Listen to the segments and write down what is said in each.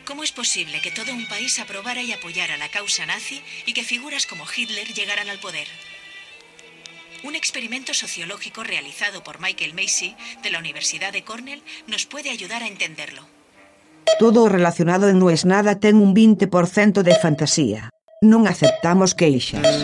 ¿Cómo es posible que todo un país aprobara y apoyara la causa nazi y que figuras como Hitler llegaran al poder? Un experimento sociológico realizado por Michael Macy, de la Universidad de Cornell, nos puede ayudar a entenderlo. Todo o relacionado en Non es nada ten un 20% de fantasía. Non aceptamos queixas.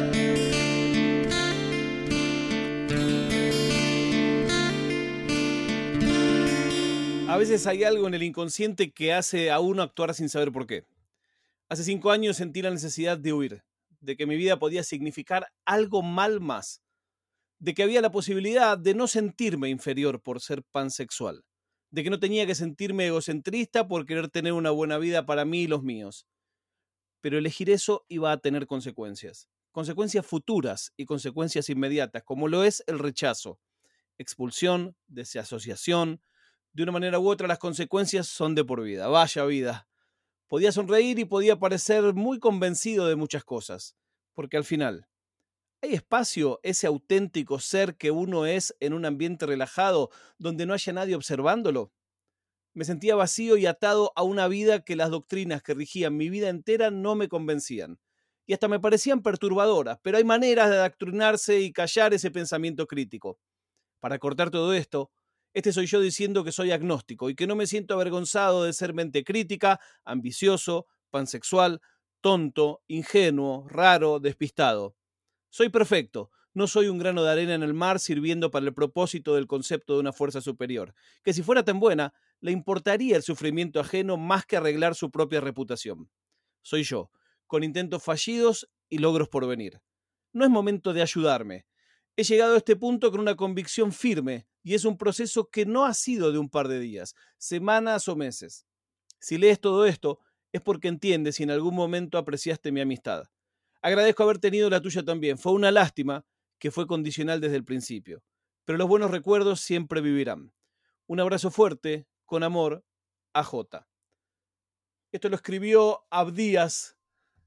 A veces hay algo en el inconsciente que hace a uno actuar sin saber por qué. Hace 5 años sentí la necesidad de huir, de que mi vida podía significar algo mal más, de que había la posibilidad de no sentirme inferior por ser pansexual, de que no tenía que sentirme egocentrista por querer tener una buena vida para mí y los míos. Pero elegir eso iba a tener consecuencias, consecuencias futuras y consecuencias inmediatas, como lo es el rechazo, expulsión, desasociación. De una manera u otra las consecuencias son de por vida. Vaya vida. Podía sonreír y podía parecer muy convencido de muchas cosas, porque al final, ¿hay espacio ese auténtico ser que uno es en un ambiente relajado donde no haya nadie observándolo? Me sentía vacío y atado a una vida que las doctrinas que regían mi vida entera no me convencían. Y hasta me parecían perturbadoras, pero hay maneras de adoctrinarse y callar ese pensamiento crítico. Para cortar todo esto, este soy yo diciendo que soy agnóstico y que no me siento avergonzado de ser mente crítica, ambicioso, pansexual, tonto, ingenuo, raro, despistado. Soy perfecto, no soy un grano de arena en el mar sirviendo para el propósito del concepto de una fuerza superior, que si fuera tan buena, le importaría el sufrimiento ajeno más que arreglar su propia reputación. Soy yo, con intentos fallidos y logros por venir. No es momento de ayudarme. He llegado a este punto con una convicción firme y es un proceso que no ha sido de un par de días, semanas o meses. Si lees todo esto, es porque entiendes y en algún momento apreciaste mi amistad. Agradezco haber tenido la tuya también. Fue una lástima que fue condicional desde el principio. Pero los buenos recuerdos siempre vivirán. Un abrazo fuerte, con amor, AJ. Esto lo escribió Abdías,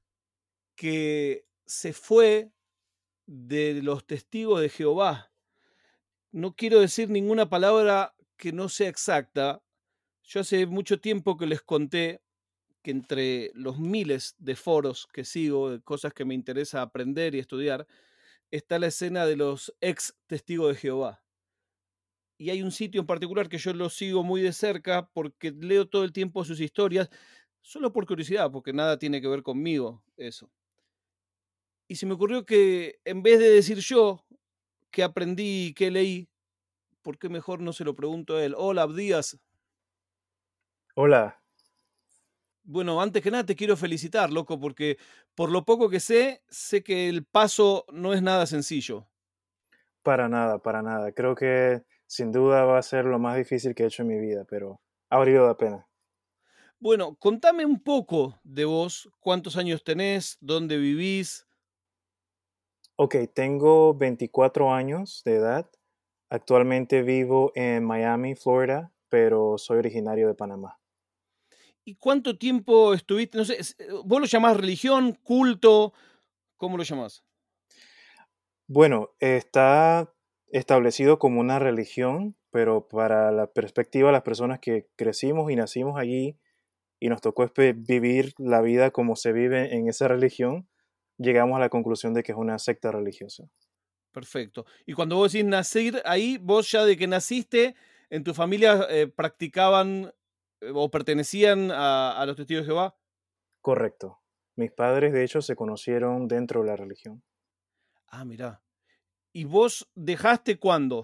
que se fue de los testigos de Jehová. No quiero decir ninguna palabra que no sea exacta. Yo hace mucho tiempo que les conté que entre los miles de foros que sigo, de cosas que me interesa aprender y estudiar, está la escena de los ex testigos de Jehová. Y hay un sitio en particular que yo lo sigo muy de cerca porque leo todo el tiempo sus historias, solo por curiosidad, porque nada tiene que ver conmigo eso. Y se me ocurrió que en vez de decir yo qué aprendí y qué leí, ¿por qué mejor no se lo pregunto a él? Hola, Abdías. Hola. Bueno, antes que nada te quiero felicitar, loco, porque por lo poco que sé que el paso no es nada sencillo. Para nada, para nada. Creo que sin duda va a ser lo más difícil que he hecho en mi vida, pero ha valido la pena. Bueno, contame un poco de vos, cuántos años tenés, dónde vivís. Ok, tengo 24 años de edad. Actualmente vivo en Miami, Florida, pero soy originario de Panamá. ¿Y cuánto tiempo estuviste? No sé, ¿vos lo llamás religión, culto? ¿Cómo lo llamás? Bueno, está establecido como una religión, pero para la perspectiva de las personas que crecimos y nacimos allí y nos tocó vivir la vida como se vive en esa religión, llegamos a la conclusión de que es una secta religiosa. Perfecto. Y cuando vos decís nacer, ahí vos ya de que naciste, en tu familia practicaban o pertenecían a los testigos de Jehová. Correcto. Mis padres, de hecho, se conocieron dentro de la religión. Ah, mirá. ¿Y vos dejaste cuándo?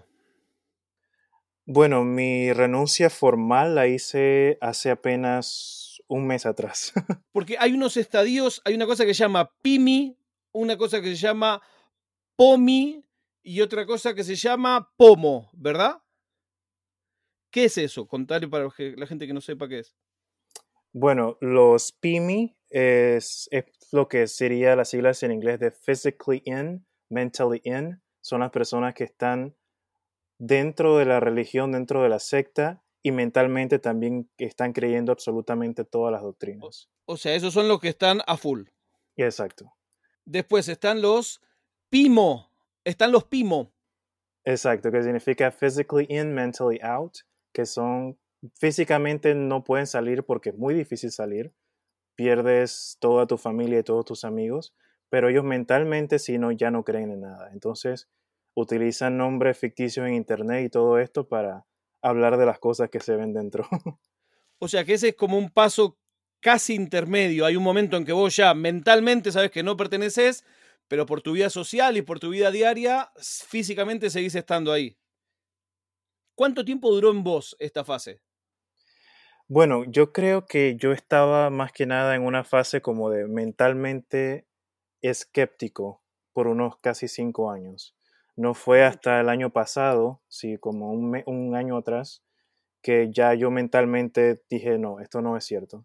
Bueno, mi renuncia formal la hice hace apenas un mes atrás. Porque hay unos estadios, hay una cosa que se llama PIMI, una cosa que se llama POMI y otra cosa que se llama POMO, ¿verdad? ¿Qué es eso? Contale para la gente que no sepa qué es. Bueno, los PIMI es lo que sería las siglas en inglés de Physically In, Mentally In. Son las personas que están dentro de la religión, dentro de la secta y mentalmente también están creyendo absolutamente todas las doctrinas. O sea, esos son los que están a full. Exacto. Después están los PIMO. Están los PIMO. Exacto, que significa Physically In, Mentally Out, que son físicamente no pueden salir porque es muy difícil salir, pierdes toda tu familia y todos tus amigos, pero ellos mentalmente sí no, ya no creen en nada. Entonces utilizan nombres ficticios en internet y todo esto para hablar de las cosas que se ven dentro. O sea que ese es como un paso casi intermedio. Hay un momento en que vos ya mentalmente sabes que no perteneces, pero por tu vida social y por tu vida diaria, físicamente seguís estando ahí. ¿Cuánto tiempo duró en vos esta fase? Bueno, yo creo que yo estaba más que nada en una fase como de mentalmente escéptico por unos casi 5 años. No fue hasta el año pasado, sí, como un año atrás, que ya yo mentalmente dije, no, esto no es cierto.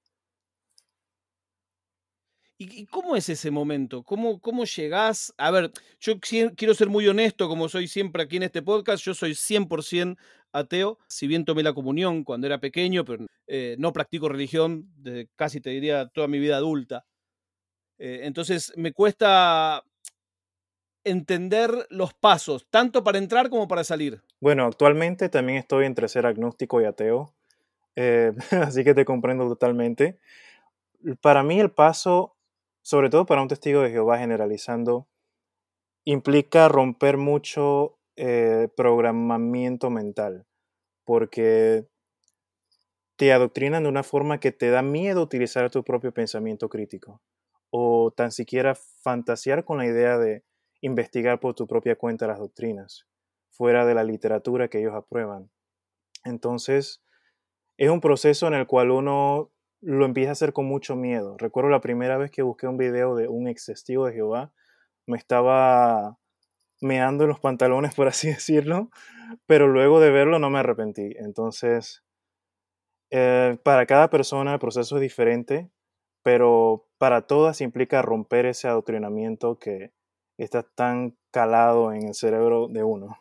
¿Y cómo es ese momento? ¿Cómo llegás? A ver, yo quiero ser muy honesto, como soy siempre aquí en este podcast, yo soy 100% ateo, si bien tomé la comunión cuando era pequeño, pero no practico religión desde casi te diría toda mi vida adulta. Entonces me cuesta entender los pasos, tanto para entrar como para salir. Bueno, actualmente también estoy entre ser agnóstico y ateo, así que te comprendo totalmente. Para mí el paso, sobre todo para un testigo de Jehová generalizando, implica romper mucho programamiento mental, porque te adoctrinan de una forma que te da miedo utilizar tu propio pensamiento crítico o tan siquiera fantasear con la idea de investigar por tu propia cuenta las doctrinas, fuera de la literatura que ellos aprueban. Entonces, es un proceso en el cual uno lo empieza a hacer con mucho miedo. Recuerdo la primera vez que busqué un video de un ex testigo de Jehová, me estaba meando en los pantalones, por así decirlo, pero luego de verlo no me arrepentí. Entonces, para cada persona el proceso es diferente, pero para todas implica romper ese adoctrinamiento que está tan calado en el cerebro de uno.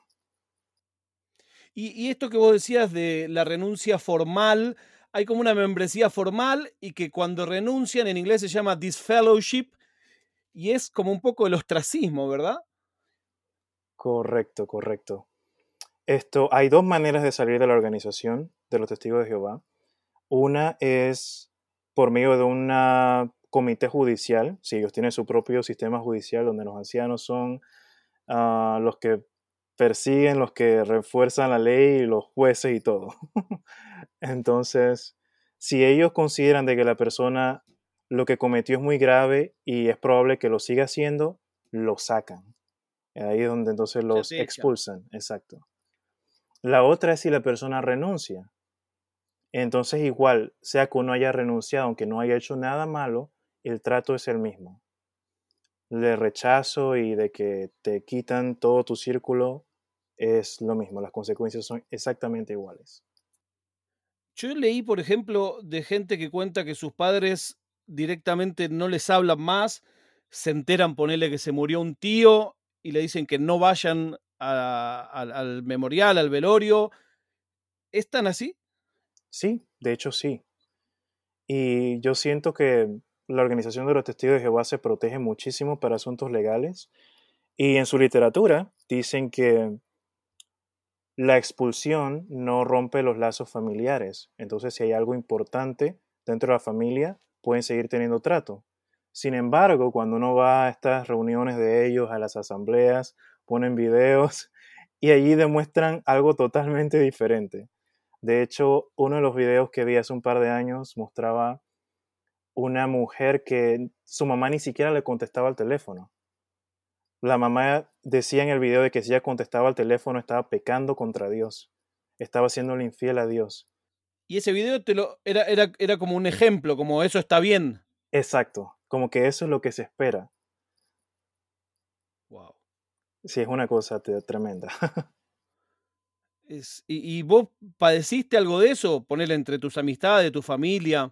Y esto que vos decías de la renuncia formal, hay como una membresía formal y que cuando renuncian en inglés se llama disfellowship y es como un poco el ostracismo, ¿verdad? Correcto, correcto. Hay dos maneras de salir de la organización de los testigos de Jehová. Una es por medio de un comité judicial, si ellos tienen su propio sistema judicial donde los ancianos son los que persiguen, los que refuerzan la ley, los jueces y todo. Entonces, si ellos consideran de que la persona lo que cometió es muy grave y es probable que lo siga haciendo, lo sacan. Ahí es donde entonces O sea, los te echan. expulsan, exacto. La otra es si la persona renuncia. Entonces igual, sea que uno haya renunciado, aunque no haya hecho nada malo, el trato es el mismo. De rechazo y de que te quitan todo tu círculo es lo mismo. Las consecuencias son exactamente iguales. Yo leí, por ejemplo, de gente que cuenta que sus padres directamente no les hablan más, se enteran, ponele que se murió un tío y le dicen que no vayan al memorial, al velorio. ¿Es tan así? Sí, de hecho sí. Y yo siento que la Organización de los Testigos de Jehová se protege muchísimo para asuntos legales. Y en su literatura dicen que la expulsión no rompe los lazos familiares. Entonces, si hay algo importante dentro de la familia, pueden seguir teniendo trato. Sin embargo, cuando uno va a estas reuniones de ellos, a las asambleas, ponen videos y allí demuestran algo totalmente diferente. De hecho, uno de los videos que vi hace un par de años mostraba una mujer que su mamá ni siquiera le contestaba al teléfono. La mamá decía en el video de que si ella contestaba al teléfono estaba pecando contra Dios, estaba siéndole infiel a Dios. Y ese video era como un ejemplo, como eso está bien. Exacto, como que eso es lo que se espera. Wow. Sí, es una cosa tremenda. ¿Y vos padeciste algo de eso? Ponerle entre tus amistades, tu familia.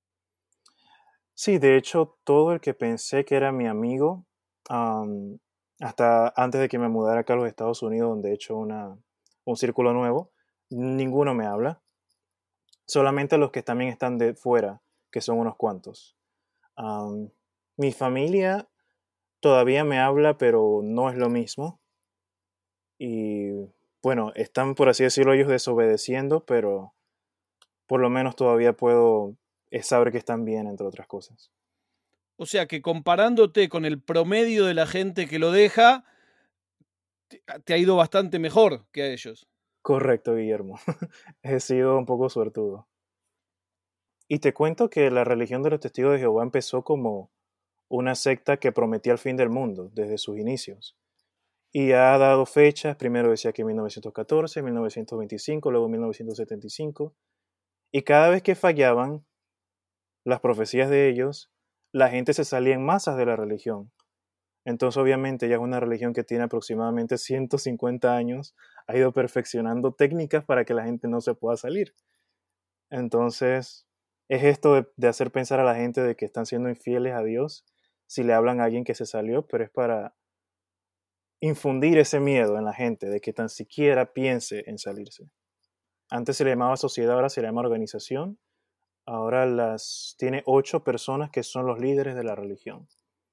Sí, de hecho, todo el que pensé que era mi amigo, um, hasta antes de que me mudara acá a los Estados Unidos, donde he hecho un círculo nuevo, ninguno me habla. Solamente los que también están de fuera, que son unos cuantos. Um, Mi familia todavía me habla, pero no es lo mismo. Y bueno, están, por así decirlo, ellos desobedeciendo, pero por lo menos todavía puedo es saber que están bien, entre otras cosas. O sea que comparándote con el promedio de la gente que lo deja, te ha ido bastante mejor que a ellos. Correcto, Guillermo. He sido un poco suertudo. Y te cuento que la religión de los testigos de Jehová empezó como una secta que prometía el fin del mundo desde sus inicios. Y ha dado fechas, primero decía que en 1914, 1925, luego 1975. Y cada vez que fallaban las profecías de ellos, la gente se salía en masas de la religión. Entonces, obviamente, ya es una religión que tiene aproximadamente 150 años, ha ido perfeccionando técnicas para que la gente no se pueda salir. Entonces, es esto de hacer pensar a la gente de que están siendo infieles a Dios si le hablan a alguien que se salió, pero es para infundir ese miedo en la gente de que tan siquiera piense en salirse. Antes se le llamaba sociedad, ahora se le llama organización. Ahora tiene 8 personas que son los líderes de la religión.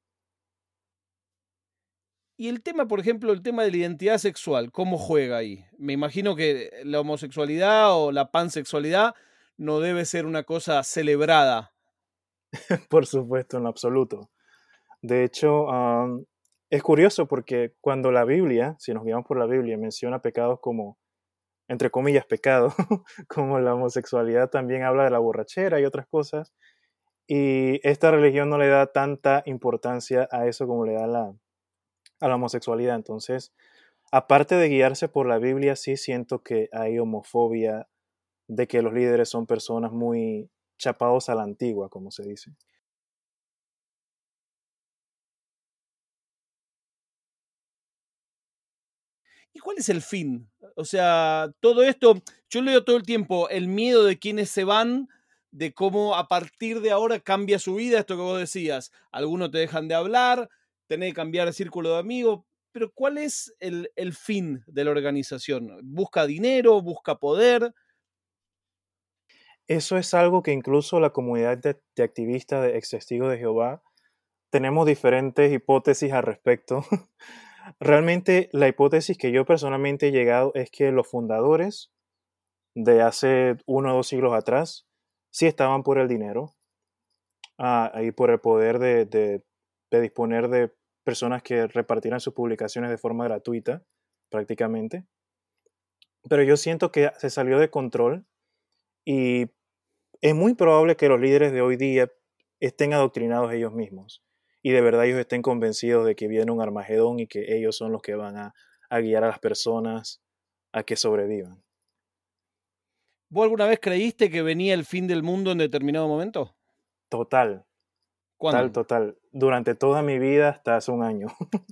Y el tema, por ejemplo, el tema de la identidad sexual, ¿cómo juega ahí? Me imagino que la homosexualidad o la pansexualidad no debe ser una cosa celebrada. Por supuesto, en lo absoluto. De hecho, es curioso porque cuando la Biblia, si nos guiamos por la Biblia, menciona pecados como, entre comillas, pecados, como la homosexualidad, también habla de la borrachera y otras cosas. Y esta religión no le da tanta importancia a eso como le da a la homosexualidad. Entonces, aparte de guiarse por la Biblia, sí siento que hay homofobia, de que los líderes son personas muy chapados a la antigua, como se dice. ¿Y cuál es el fin? O sea, todo esto, yo leo todo el tiempo el miedo de quienes se van, de cómo a partir de ahora cambia su vida, esto que vos decías, algunos te dejan de hablar, tenés que cambiar de círculo de amigos, pero ¿cuál es el fin de la organización? ¿Busca dinero? ¿Busca poder? Eso es algo que incluso la comunidad de activistas de ex testigos de Jehová tenemos diferentes hipótesis al respecto. Realmente la hipótesis que yo personalmente he llegado es que los fundadores de hace 1 o 2 siglos atrás sí estaban por el dinero y por el poder de disponer de personas que repartieran sus publicaciones de forma gratuita, prácticamente. Pero yo siento que se salió de control y es muy probable que los líderes de hoy día estén adoctrinados ellos mismos y de verdad ellos estén convencidos de que viene un Armagedón y que ellos son los que van a guiar a las personas a que sobrevivan. ¿Vos alguna vez creíste que venía el fin del mundo en determinado momento? Total, ¿Cuándo? total. Durante toda mi vida hasta hace un año.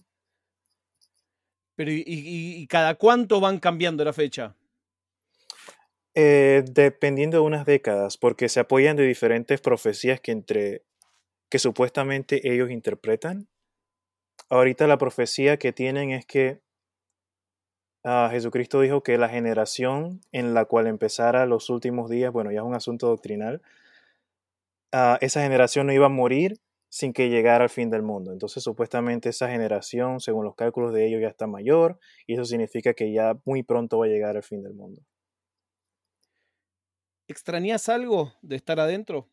Pero ¿y cada cuánto van cambiando la fecha? Dependiendo de unas décadas, porque se apoyan de diferentes profecías que supuestamente ellos interpretan. Ahorita la profecía que tienen es que Jesucristo dijo que la generación en la cual empezara los últimos días, bueno, ya es un asunto doctrinal, esa generación no iba a morir sin que llegara al fin del mundo. Entonces, supuestamente esa generación, según los cálculos de ellos, ya está mayor y eso significa que ya muy pronto va a llegar el fin del mundo. ¿Extrañás algo de estar adentro?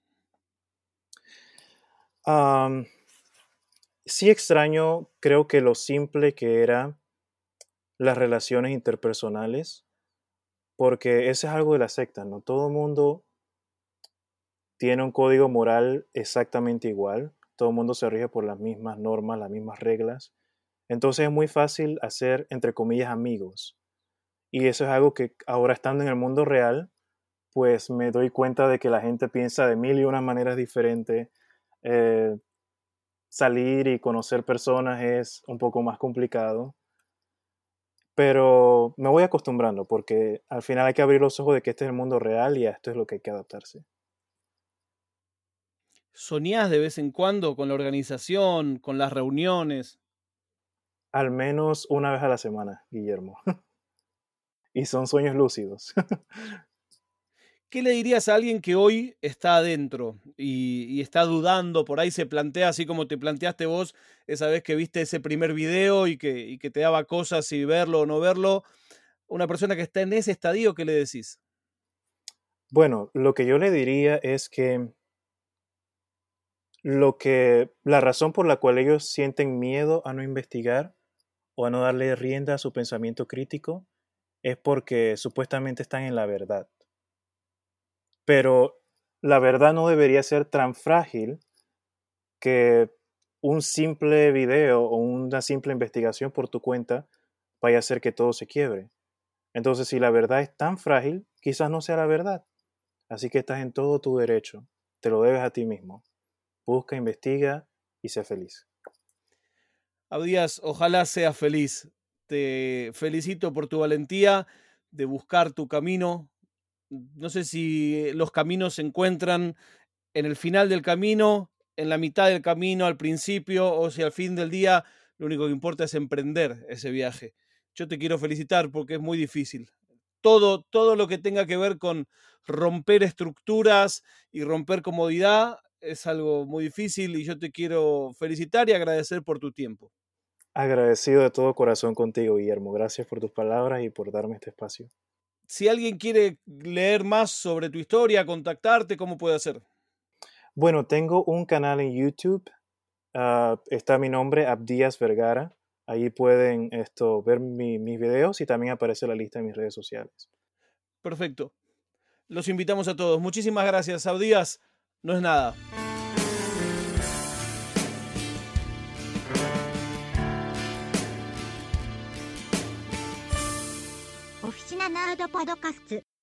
Um, sí extraño, creo que lo simple que era las relaciones interpersonales, porque eso es algo de la secta, ¿no? Todo el mundo tiene un código moral exactamente igual, todo el mundo se rige por las mismas normas, las mismas reglas, entonces es muy fácil hacer, entre comillas, amigos, y eso es algo que ahora estando en el mundo real, pues me doy cuenta de que la gente piensa de mil y unas maneras diferentes, eh, salir y conocer personas es un poco más complicado, pero me voy acostumbrando porque al final hay que abrir los ojos de que este es el mundo real y a esto es lo que hay que adaptarse. ¿Soñás de vez en cuando con la organización, con las reuniones? Al menos una vez a la semana, Guillermo. Y son sueños lúcidos. ¿Qué le dirías a alguien que hoy está adentro y está dudando, por ahí se plantea así como te planteaste vos esa vez que viste ese primer video y que te daba cosas si verlo o no verlo? Una persona que está en ese estadio, ¿qué le decís? Bueno, lo que yo le diría es que La razón por la cual ellos sienten miedo a no investigar o a no darle rienda a su pensamiento crítico es porque supuestamente están en la verdad. Pero la verdad no debería ser tan frágil que un simple video o una simple investigación por tu cuenta vaya a hacer que todo se quiebre. Entonces, si la verdad es tan frágil, quizás no sea la verdad. Así que estás en todo tu derecho. Te lo debes a ti mismo. Busca, investiga y sé feliz. Abdías, ojalá seas feliz. Te felicito por tu valentía de buscar tu camino. No sé si los caminos se encuentran en el final del camino, en la mitad del camino, al principio, o si al fin del día lo único que importa es emprender ese viaje. Yo te quiero felicitar porque es muy difícil. Todo lo que tenga que ver con romper estructuras y romper comodidad es algo muy difícil y yo te quiero felicitar y agradecer por tu tiempo. Agradecido de todo corazón contigo, Guillermo. Gracias por tus palabras y por darme este espacio. Si alguien quiere leer más sobre tu historia, contactarte, ¿cómo puede hacer? Bueno, tengo un canal en YouTube. Está mi nombre, Abdías Vergara. Ahí pueden ver mis videos y también aparece la lista de mis redes sociales. Perfecto. Los invitamos a todos. Muchísimas gracias, Abdías. No es nada. Oficina Nerd Podcast